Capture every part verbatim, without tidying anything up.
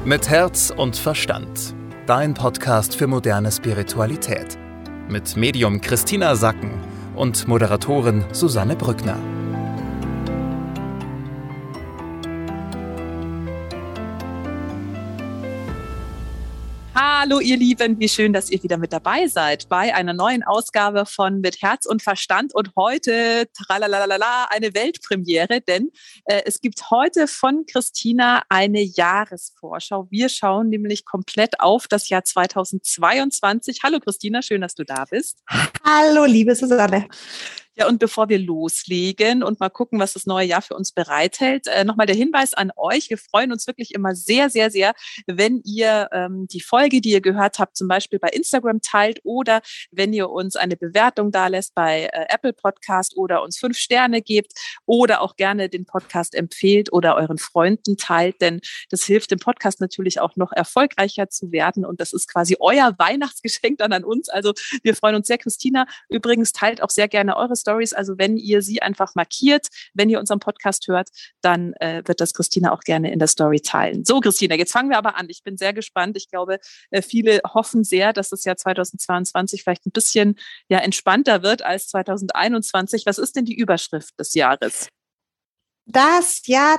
Mit Herz und Verstand. Dein Podcast für moderne Spiritualität. Mit Medium Christina Sacken und Moderatorin Susanne Brückner. Hallo ihr Lieben, wie schön, dass ihr wieder mit dabei seid bei einer neuen Ausgabe von Mit Herz und Verstand und heute tralalala, eine Weltpremiere, denn äh, es gibt heute von Christina eine Jahresvorschau. Wir schauen nämlich komplett auf das Jahr zweitausendzweiundzwanzig. Hallo Christina, schön, dass du da bist. Hallo liebe Susanne. Ja, und bevor wir loslegen und mal gucken, was das neue Jahr für uns bereithält, äh, nochmal der Hinweis an euch. Wir freuen uns wirklich immer sehr, sehr, sehr, wenn ihr ähm, die Folge, die ihr gehört habt, zum Beispiel bei Instagram teilt oder wenn ihr uns eine Bewertung dalässt bei äh, Apple Podcast oder uns fünf Sterne gebt oder auch gerne den Podcast empfehlt oder euren Freunden teilt, denn das hilft dem Podcast natürlich auch noch erfolgreicher zu werden und das ist quasi euer Weihnachtsgeschenk dann an uns. Also wir freuen uns sehr. Christina übrigens teilt auch sehr gerne eure Stories. Also wenn ihr sie einfach markiert, wenn ihr unseren Podcast hört, dann äh, wird das Christina auch gerne in der Story teilen. So, Christina, jetzt fangen wir aber an. Ich bin sehr gespannt. Ich glaube, äh, viele hoffen sehr, dass das Jahr zweitausendzweiundzwanzig vielleicht ein bisschen ja entspannter wird als zweitausendeinundzwanzig. Was ist denn die Überschrift des Jahres? Das Jahr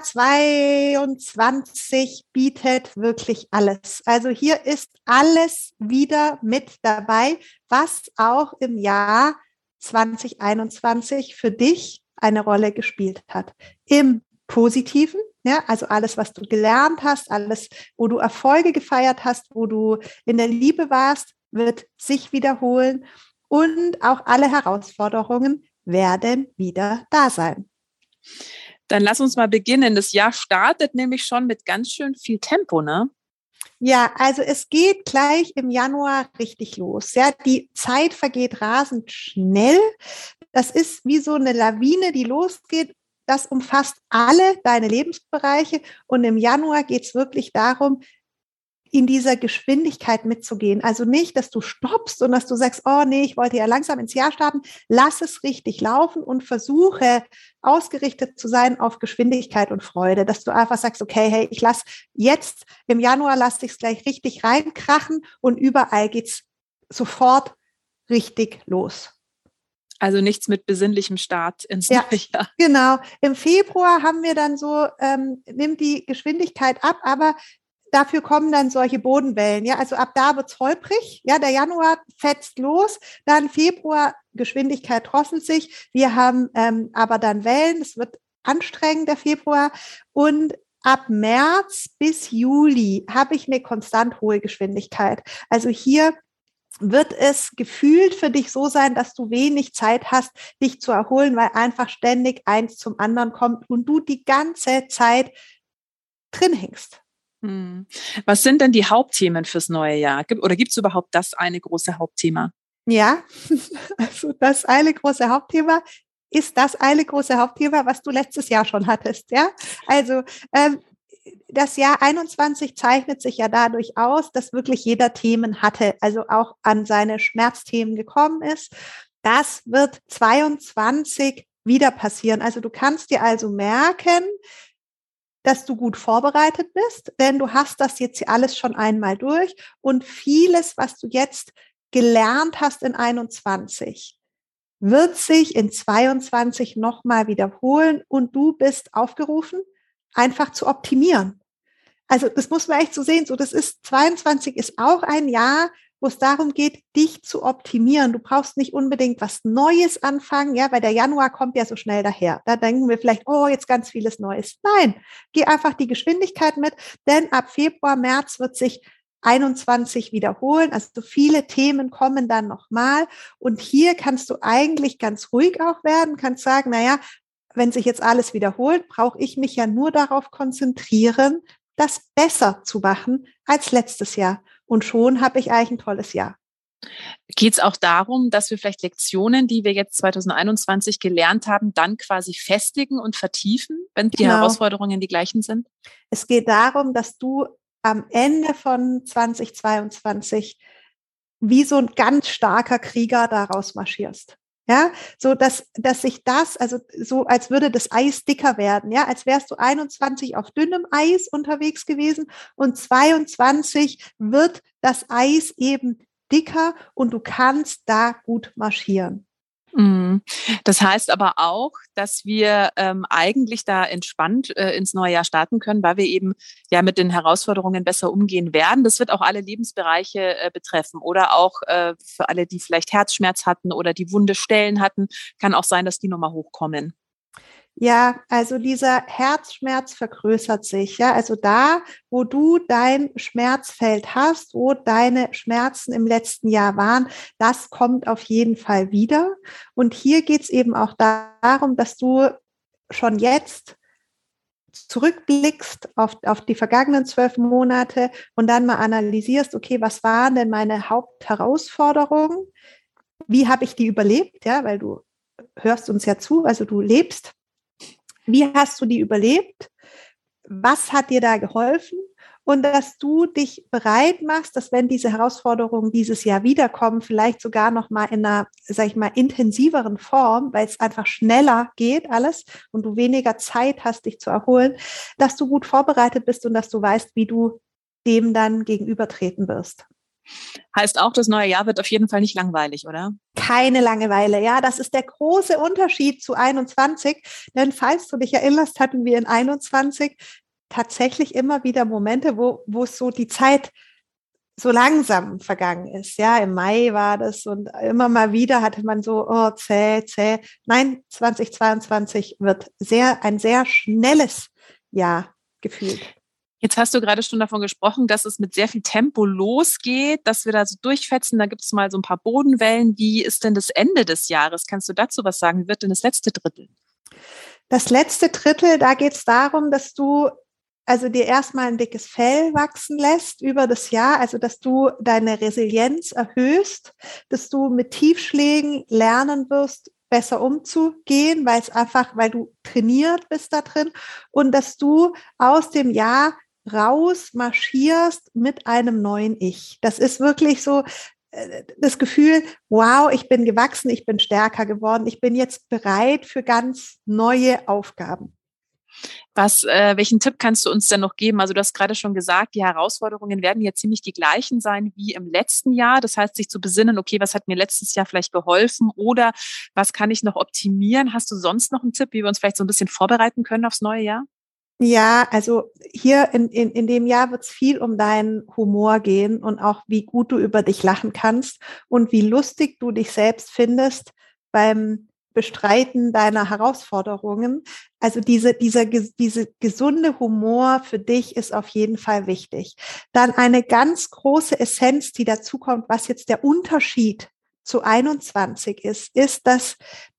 zweiundzwanzig bietet wirklich alles. Also hier ist alles wieder mit dabei, was auch im Jahr zwanzig einundzwanzig für dich eine Rolle gespielt hat. Im Positiven, ja, also alles, was du gelernt hast, alles, wo du Erfolge gefeiert hast, wo du in der Liebe warst, wird sich wiederholen und auch alle Herausforderungen werden wieder da sein. Dann lass uns mal beginnen. Das Jahr startet nämlich schon mit ganz schön viel Tempo, ne? Ja, also es geht gleich im Januar richtig los. Ja, die Zeit vergeht rasend schnell. Das ist wie so eine Lawine, die losgeht. Das umfasst alle deine Lebensbereiche. Und im Januar geht es wirklich darum, in dieser Geschwindigkeit mitzugehen. Also nicht, dass du stoppst und dass du sagst, oh nee, ich wollte ja langsam ins Jahr starten. Lass es richtig laufen und versuche ausgerichtet zu sein auf Geschwindigkeit und Freude, dass du einfach sagst, okay, hey, ich lass jetzt im Januar, lass ich es gleich richtig reinkrachen und überall geht's sofort richtig los. Also nichts mit besinnlichem Start ins ja, neue Jahr. Genau. Im Februar haben wir dann so, ähm, nimmt die Geschwindigkeit ab, aber dafür kommen dann solche Bodenwellen. Ja, also ab da wird's holprig. Ja, der Januar fetzt los, dann Februar Geschwindigkeit drosselt sich. Wir haben ähm, aber dann Wellen. Es wird anstrengend der Februar und ab März bis Juli habe ich eine konstant hohe Geschwindigkeit. Also hier wird es gefühlt für dich so sein, dass du wenig Zeit hast, dich zu erholen, weil einfach ständig eins zum anderen kommt und du die ganze Zeit drin hängst. Was sind denn die Hauptthemen fürs neue Jahr? Oder gibt es überhaupt das eine große Hauptthema? Ja, also das eine große Hauptthema ist das eine große Hauptthema, was du letztes Jahr schon hattest. Ja, also ähm, das Jahr einundzwanzig zeichnet sich ja dadurch aus, dass wirklich jeder Themen hatte, also auch an seine Schmerzthemen gekommen ist. Das wird zweiundzwanzig wieder passieren. Also du kannst dir also merken, dass du gut vorbereitet bist, denn du hast das jetzt alles schon einmal durch und vieles, was du jetzt gelernt hast in einundzwanzig, wird sich in zweiundzwanzig nochmal wiederholen und du bist aufgerufen, einfach zu optimieren. Also das muss man echt so sehen, so das ist, zweiundzwanzig ist auch ein Jahr, wo es darum geht, dich zu optimieren. Du brauchst nicht unbedingt was Neues anfangen, ja, weil der Januar kommt ja so schnell daher. Da denken wir vielleicht, oh, jetzt ganz vieles Neues. Nein, geh einfach die Geschwindigkeit mit, denn ab Februar, März wird sich einundzwanzig wiederholen. Also so viele Themen kommen dann nochmal. Und hier kannst du eigentlich ganz ruhig auch werden, kannst sagen, naja, wenn sich jetzt alles wiederholt, brauche ich mich ja nur darauf konzentrieren, das besser zu machen als letztes Jahr. Und schon habe ich eigentlich ein tolles Jahr. Geht es auch darum, dass wir vielleicht Lektionen, die wir jetzt zweitausendeinundzwanzig gelernt haben, dann quasi festigen und vertiefen, wenn die Genau. Herausforderungen die gleichen sind? Es geht darum, dass du am Ende von zwanzig zweiundzwanzig wie so ein ganz starker Krieger daraus marschierst. Ja, so dass, dass sich das, also so als würde das Eis dicker werden, ja, als wärst du einundzwanzig auf dünnem Eis unterwegs gewesen und zweiundzwanzig wird das Eis eben dicker und du kannst da gut marschieren. Das heißt aber auch, dass wir ähm, eigentlich da entspannt äh, ins neue Jahr starten können, weil wir eben ja mit den Herausforderungen besser umgehen werden. Das wird auch alle Lebensbereiche äh, betreffen oder auch äh, für alle, die vielleicht Herzschmerz hatten oder die wunde Stellen hatten, kann auch sein, dass die nochmal hochkommen. Ja, also dieser Herzschmerz vergrößert sich, ja, also da, wo du dein Schmerzfeld hast, wo deine Schmerzen im letzten Jahr waren, das kommt auf jeden Fall wieder. Und hier geht es eben auch darum, dass du schon jetzt zurückblickst auf, auf die vergangenen zwölf Monate und dann mal analysierst, okay, was waren denn meine Hauptherausforderungen? Wie habe ich die überlebt? Ja, weil du hörst uns ja zu, also du lebst. Wie hast du die überlebt? Was hat dir da geholfen? Und dass du dich bereit machst, dass wenn diese Herausforderungen dieses Jahr wiederkommen, vielleicht sogar noch mal in einer, sag ich mal, intensiveren Form, weil es einfach schneller geht alles und du weniger Zeit hast, dich zu erholen, dass du gut vorbereitet bist und dass du weißt, wie du dem dann gegenübertreten wirst. Heißt auch, das neue Jahr wird auf jeden Fall nicht langweilig, oder? Keine Langeweile, ja, das ist der große Unterschied zu einundzwanzig, denn falls du dich erinnerst, hatten wir in einundzwanzig tatsächlich immer wieder Momente, wo, wo es so die Zeit so langsam vergangen ist, ja, im Mai war das und immer mal wieder hatte man so, oh, zäh, zäh. Nein, zweitausendzweiundzwanzig wird sehr, ein sehr schnelles Jahr gefühlt. Jetzt hast du gerade schon davon gesprochen, dass es mit sehr viel Tempo losgeht, dass wir da so durchfetzen. Da gibt es mal so ein paar Bodenwellen. Wie ist denn das Ende des Jahres? Kannst du dazu was sagen? Wie wird denn das letzte Drittel? Das letzte Drittel, da geht es darum, dass du also dir erstmal ein dickes Fell wachsen lässt über das Jahr, also dass du deine Resilienz erhöhst, dass du mit Tiefschlägen lernen wirst, besser umzugehen, weil es einfach, weil du trainiert bist da drin und dass du aus dem Jahr raus marschierst mit einem neuen Ich. Das ist wirklich so äh, das Gefühl, wow, ich bin gewachsen, ich bin stärker geworden, ich bin jetzt bereit für ganz neue Aufgaben. Was, äh, welchen Tipp kannst du uns denn noch geben? Also du hast gerade schon gesagt, die Herausforderungen werden ja ziemlich die gleichen sein wie im letzten Jahr. Das heißt, sich zu besinnen, okay, was hat mir letztes Jahr vielleicht geholfen oder was kann ich noch optimieren? Hast du sonst noch einen Tipp, wie wir uns vielleicht so ein bisschen vorbereiten können aufs neue Jahr? Ja, also hier in, in, in dem Jahr wird es viel um deinen Humor gehen und auch wie gut du über dich lachen kannst und wie lustig du dich selbst findest beim Bestreiten deiner Herausforderungen. Also diese, dieser, diese gesunde Humor für dich ist auf jeden Fall wichtig. Dann eine ganz große Essenz, die dazu kommt, was jetzt der Unterschied zu einundzwanzig ist, ist, dass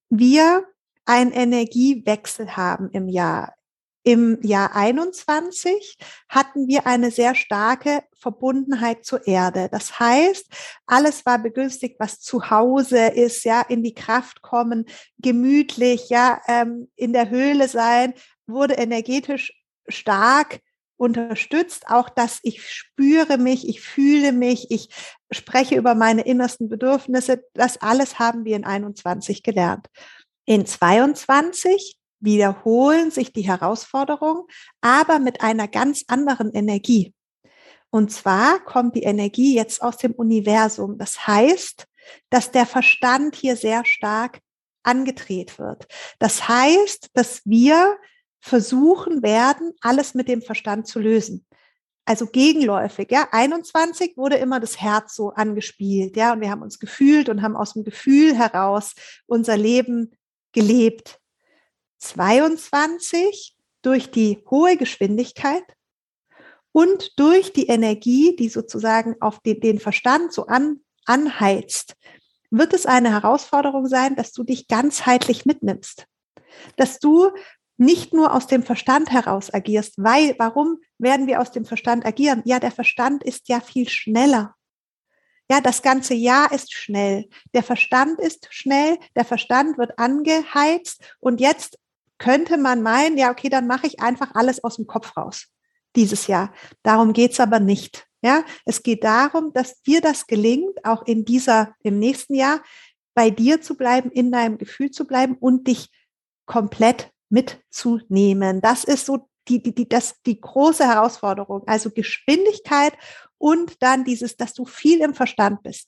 wir einen Energiewechsel haben im Jahr. Im Jahr einundzwanzig hatten wir eine sehr starke Verbundenheit zur Erde. Das heißt, alles war begünstigt, was zu Hause ist, ja, in die Kraft kommen, gemütlich, ja, ähm, in der Höhle sein, wurde energetisch stark unterstützt. Auch, dass ich spüre mich, ich fühle mich, ich spreche über meine innersten Bedürfnisse. Das alles haben wir in einundzwanzig gelernt. In zweiundzwanzig wiederholen sich die Herausforderungen, aber mit einer ganz anderen Energie. Und zwar kommt die Energie jetzt aus dem Universum. Das heißt, dass der Verstand hier sehr stark angedreht wird. Das heißt, dass wir versuchen werden, alles mit dem Verstand zu lösen. Also gegenläufig, ja. einundzwanzig wurde immer das Herz so angespielt, ja. Und wir haben uns gefühlt und haben aus dem Gefühl heraus unser Leben gelebt. zweiundzwanzig durch die hohe Geschwindigkeit und durch die Energie, die sozusagen auf den, den Verstand so an, anheizt, wird es eine Herausforderung sein, dass du dich ganzheitlich mitnimmst. Dass du nicht nur aus dem Verstand heraus agierst, weil, warum werden wir aus dem Verstand agieren? Ja, der Verstand ist ja viel schneller. Ja, das ganze Jahr ist schnell. Der Verstand ist schnell, der Verstand wird angeheizt und jetzt könnte man meinen, ja, okay, dann mache ich einfach alles aus dem Kopf raus dieses Jahr. Darum geht's aber nicht. Ja, es geht darum, dass dir das gelingt, auch in dieser, im nächsten Jahr, bei dir zu bleiben, in deinem Gefühl zu bleiben und dich komplett mitzunehmen. Das ist so die, die, die, das, die große Herausforderung. Also Geschwindigkeit und dann dieses, dass du viel im Verstand bist.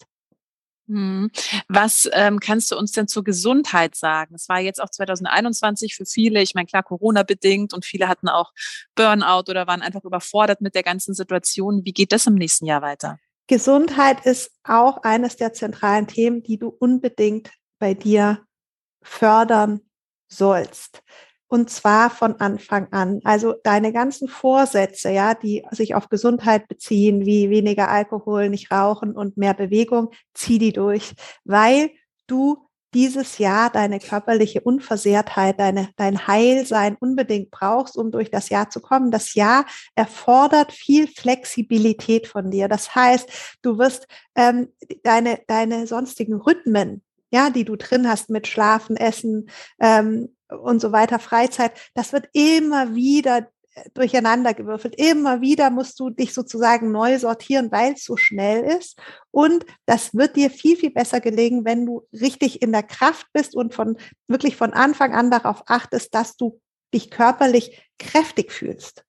Was ähm, kannst du uns denn zur Gesundheit sagen? Es war jetzt auch zwanzig einundzwanzig für viele, ich meine, klar, Corona-bedingt und viele hatten auch Burnout oder waren einfach überfordert mit der ganzen Situation. Wie geht das im nächsten Jahr weiter? Gesundheit ist auch eines der zentralen Themen, die du unbedingt bei dir fördern sollst. Und zwar von Anfang an. Also deine ganzen Vorsätze, ja, die sich auf Gesundheit beziehen, wie weniger Alkohol, nicht rauchen und mehr Bewegung, zieh die durch, weil du dieses Jahr deine körperliche Unversehrtheit, deine, dein Heilsein unbedingt brauchst, um durch das Jahr zu kommen. Das Jahr erfordert viel Flexibilität von dir. Das heißt, du wirst ähm, deine, deine sonstigen Rhythmen, ja, die du drin hast mit Schlafen, Essen, ähm, und so weiter, Freizeit, das wird immer wieder durcheinander gewürfelt. Immer wieder musst du dich sozusagen neu sortieren, weil es so schnell ist. Und das wird dir viel, viel besser gelingen, wenn du richtig in der Kraft bist und von wirklich von Anfang an darauf achtest, dass du dich körperlich kräftig fühlst.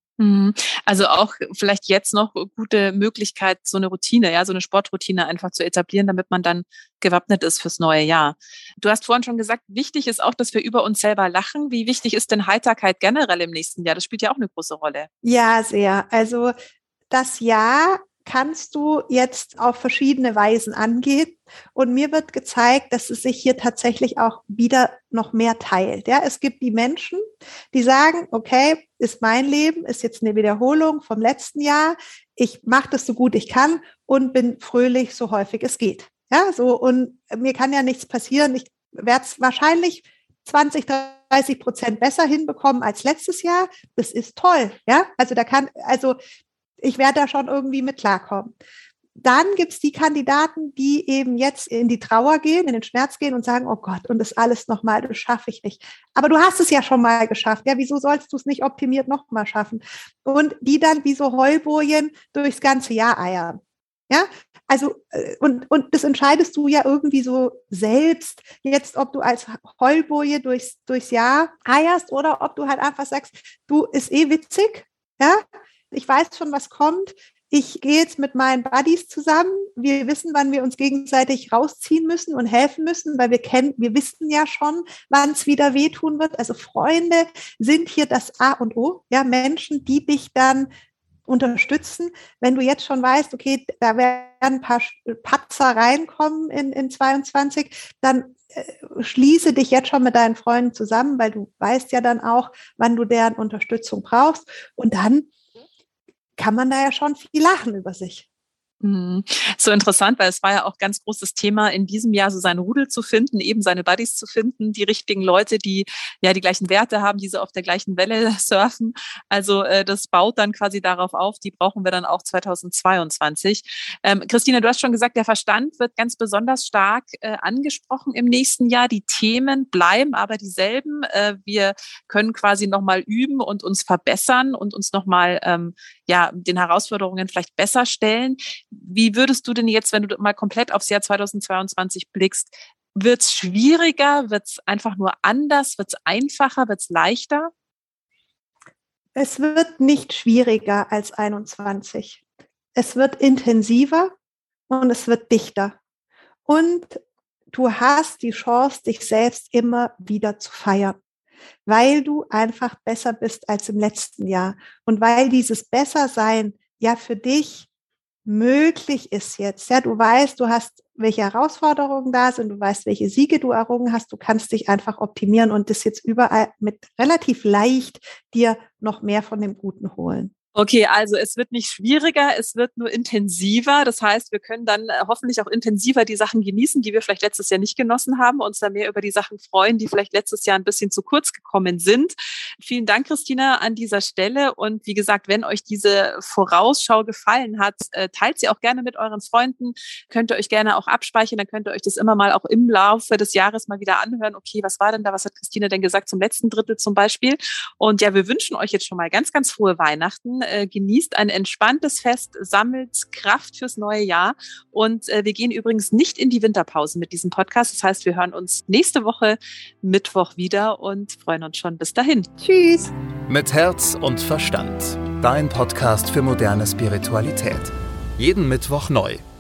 Also auch vielleicht jetzt noch gute Möglichkeit, so eine Routine, ja, so eine Sportroutine einfach zu etablieren, damit man dann gewappnet ist fürs neue Jahr. Du hast vorhin schon gesagt, wichtig ist auch, dass wir über uns selber lachen. Wie wichtig ist denn Heiterkeit generell im nächsten Jahr? Das spielt ja auch eine große Rolle. Ja, sehr. Also das Jahr kannst du jetzt auf verschiedene Weisen angehen. Und mir wird gezeigt, dass es sich hier tatsächlich auch wieder noch mehr teilt. Ja, es gibt die Menschen, die sagen, okay, ist mein Leben, ist jetzt eine Wiederholung vom letzten Jahr. Ich mache das so gut ich kann und bin fröhlich, so häufig es geht. Ja, so, und mir kann ja nichts passieren. Ich werde es wahrscheinlich zwanzig, dreißig Prozent besser hinbekommen als letztes Jahr. Das ist toll. Ja, also da kann, also ich werde da schon irgendwie mit klarkommen. Dann gibt es die Kandidaten, die eben jetzt in die Trauer gehen, in den Schmerz gehen und sagen, oh Gott, und das alles nochmal, das schaffe ich nicht. Aber du hast es ja schon mal geschafft. Ja, wieso sollst du es nicht optimiert nochmal schaffen? Und die dann wie so Heulbojen durchs ganze Jahr eiern. Ja, also, und, und das entscheidest du ja irgendwie so selbst, jetzt, ob du als Heulboje durchs, durchs Jahr eierst oder ob du halt einfach sagst, du, ist eh witzig, ja, ich weiß schon, was kommt. Ich gehe jetzt mit meinen Buddies zusammen. Wir wissen, wann wir uns gegenseitig rausziehen müssen und helfen müssen, weil wir kennen, wir wissen ja schon, wann es wieder wehtun wird. Also Freunde sind hier das A und O. Ja, Menschen, die dich dann unterstützen. Wenn du jetzt schon weißt, okay, da werden ein paar Patzer reinkommen in, in zweiundzwanzig, dann äh, schließe dich jetzt schon mit deinen Freunden zusammen, weil du weißt ja dann auch, wann du deren Unterstützung brauchst. Und dann kann man da ja schon viel lachen über sich. So interessant, weil es war ja auch ganz großes Thema in diesem Jahr, so sein Rudel zu finden, eben seine Buddies zu finden, die richtigen Leute, die ja die gleichen Werte haben, die so auf der gleichen Welle surfen. Also äh, das baut dann quasi darauf auf, die brauchen wir dann auch zweitausendzweiundzwanzig. Ähm, Christina, du hast schon gesagt, der Verstand wird ganz besonders stark äh, angesprochen im nächsten Jahr. Die Themen bleiben aber dieselben. Äh, wir können quasi nochmal üben und uns verbessern und uns nochmal ähm, ja, den Herausforderungen vielleicht besser stellen. Wie würdest du denn jetzt, wenn du mal komplett aufs Jahr zweitausendzweiundzwanzig blickst, wird es schwieriger, wird es einfach nur anders, wird es einfacher, wird es leichter? Es wird nicht schwieriger als einundzwanzig. Es wird intensiver und es wird dichter. Und du hast die Chance, dich selbst immer wieder zu feiern, weil du einfach besser bist als im letzten Jahr und weil dieses Bessersein ja für dich möglich ist jetzt. Ja, du weißt, du hast, welche Herausforderungen da sind, du weißt, welche Siege du errungen hast, du kannst dich einfach optimieren und das jetzt überall mit relativ leicht dir noch mehr von dem Guten holen. Okay, also es wird nicht schwieriger, es wird nur intensiver. Das heißt, wir können dann hoffentlich auch intensiver die Sachen genießen, die wir vielleicht letztes Jahr nicht genossen haben, uns da mehr über die Sachen freuen, die vielleicht letztes Jahr ein bisschen zu kurz gekommen sind. Vielen Dank, Christina, an dieser Stelle. Und wie gesagt, wenn euch diese Vorausschau gefallen hat, teilt sie auch gerne mit euren Freunden. Könnt ihr euch gerne auch abspeichern, dann könnt ihr euch das immer mal auch im Laufe des Jahres mal wieder anhören. Okay, was war denn da? Was hat Christina denn gesagt zum letzten Drittel zum Beispiel? Und ja, wir wünschen euch jetzt schon mal ganz, ganz frohe Weihnachten. Weihnachten, äh, genießt ein entspanntes Fest, sammelt Kraft fürs neue Jahr und äh, wir gehen übrigens nicht in die Winterpause mit diesem Podcast. Das heißt, wir hören uns nächste Woche Mittwoch wieder und freuen uns schon bis dahin. Tschüss. Mit Herz und Verstand. Dein Podcast für moderne Spiritualität. Jeden Mittwoch neu.